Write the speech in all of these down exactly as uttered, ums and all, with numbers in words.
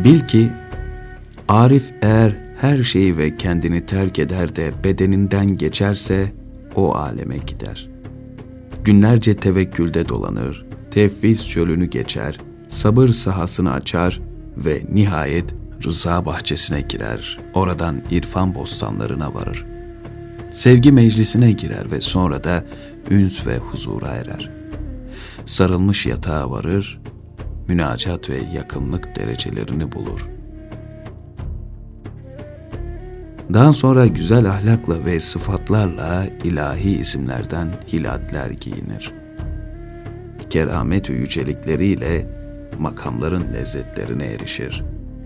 Bil ki arif eğer her şeyi ve kendini terk eder de bedeninden geçerse o aleme gider. Günlerce tevekkülde dolanır, tefviz çölünü geçer, sabır sahasını açar ve nihayet rıza bahçesine girer, oradan irfan bostanlarına varır. Sevgi meclisine girer ve sonra da üns ve huzura erer. Sarılmış yatağa varır, münacat ve yakınlık derecelerini bulur. Daha sonra güzel ahlakla ve sıfatlarla ilahi isimlerden hilatler giyinir. Keramet-ü yücelikleriyle makamların lezzetlerine erişir.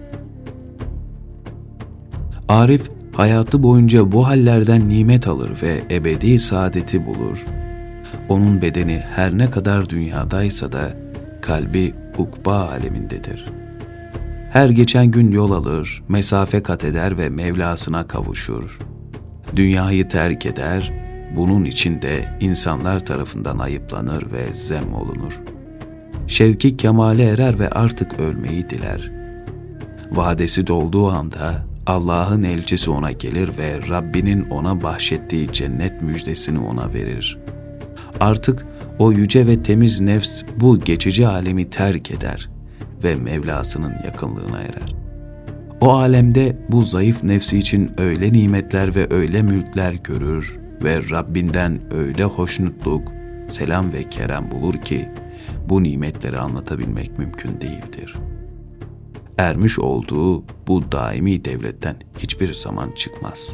Arif, hayatı boyunca bu hallerden nimet alır ve ebedi saadeti bulur. Onun bedeni her ne kadar dünyadaysa da kalbi ukba alemindedir. Her geçen gün yol alır, mesafe kat eder ve Mevlasına kavuşur. Dünyayı terk eder, bunun için de insanlar tarafından ayıplanır ve zemmolunur. Şevki kemale erer ve artık ölmeyi diler. Vadesi dolduğu anda Allah'ın elçisi ona gelir ve Rabbinin ona bahşettiği cennet müjdesini ona verir. Artık o yüce ve temiz nefs bu geçici alemi terk eder ve Mevlasının yakınlığına erer. O alemde bu zayıf nefsi için öyle nimetler ve öyle mülkler görür ve Rabbinden öyle hoşnutluk, selam ve kerem bulur ki bu nimetleri anlatabilmek mümkün değildir. Ermiş olduğu bu daimi devletten hiçbir zaman çıkmaz.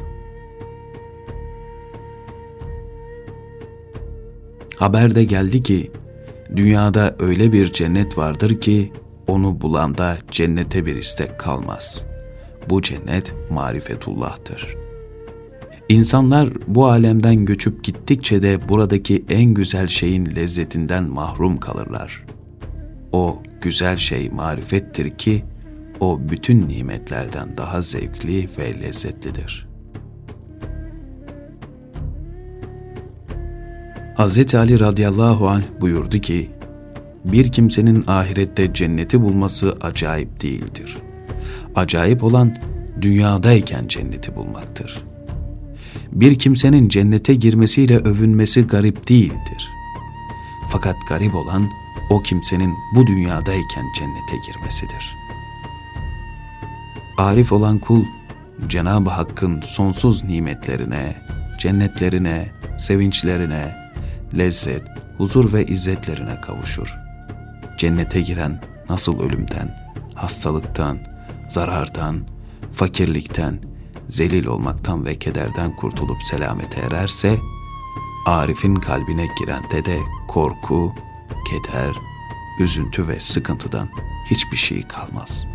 Haberde geldi ki, dünyada öyle bir cennet vardır ki, onu bulanda cennete bir istek kalmaz. Bu cennet marifetullah'tır. İnsanlar bu alemden göçüp gittikçe de buradaki en güzel şeyin lezzetinden mahrum kalırlar. O güzel şey marifettir ki, o bütün nimetlerden daha zevkli ve lezzetlidir. Hazreti Ali radıyallahu anh buyurdu ki, bir kimsenin ahirette cenneti bulması acayip değildir. Acayip olan dünyadayken cenneti bulmaktır. Bir kimsenin cennete girmesiyle övünmesi garip değildir. Fakat garip olan o kimsenin bu dünyadayken cennete girmesidir. Arif olan kul, Cenab-ı Hakk'ın sonsuz nimetlerine, cennetlerine, sevinçlerine, lezzet, huzur ve izzetlerine kavuşur. Cennete giren nasıl ölümden, hastalıktan, zarardan, fakirlikten, zelil olmaktan ve kederden kurtulup selamete ererse, Arif'in kalbine girende de korku, keder, üzüntü ve sıkıntıdan hiçbir şey kalmaz.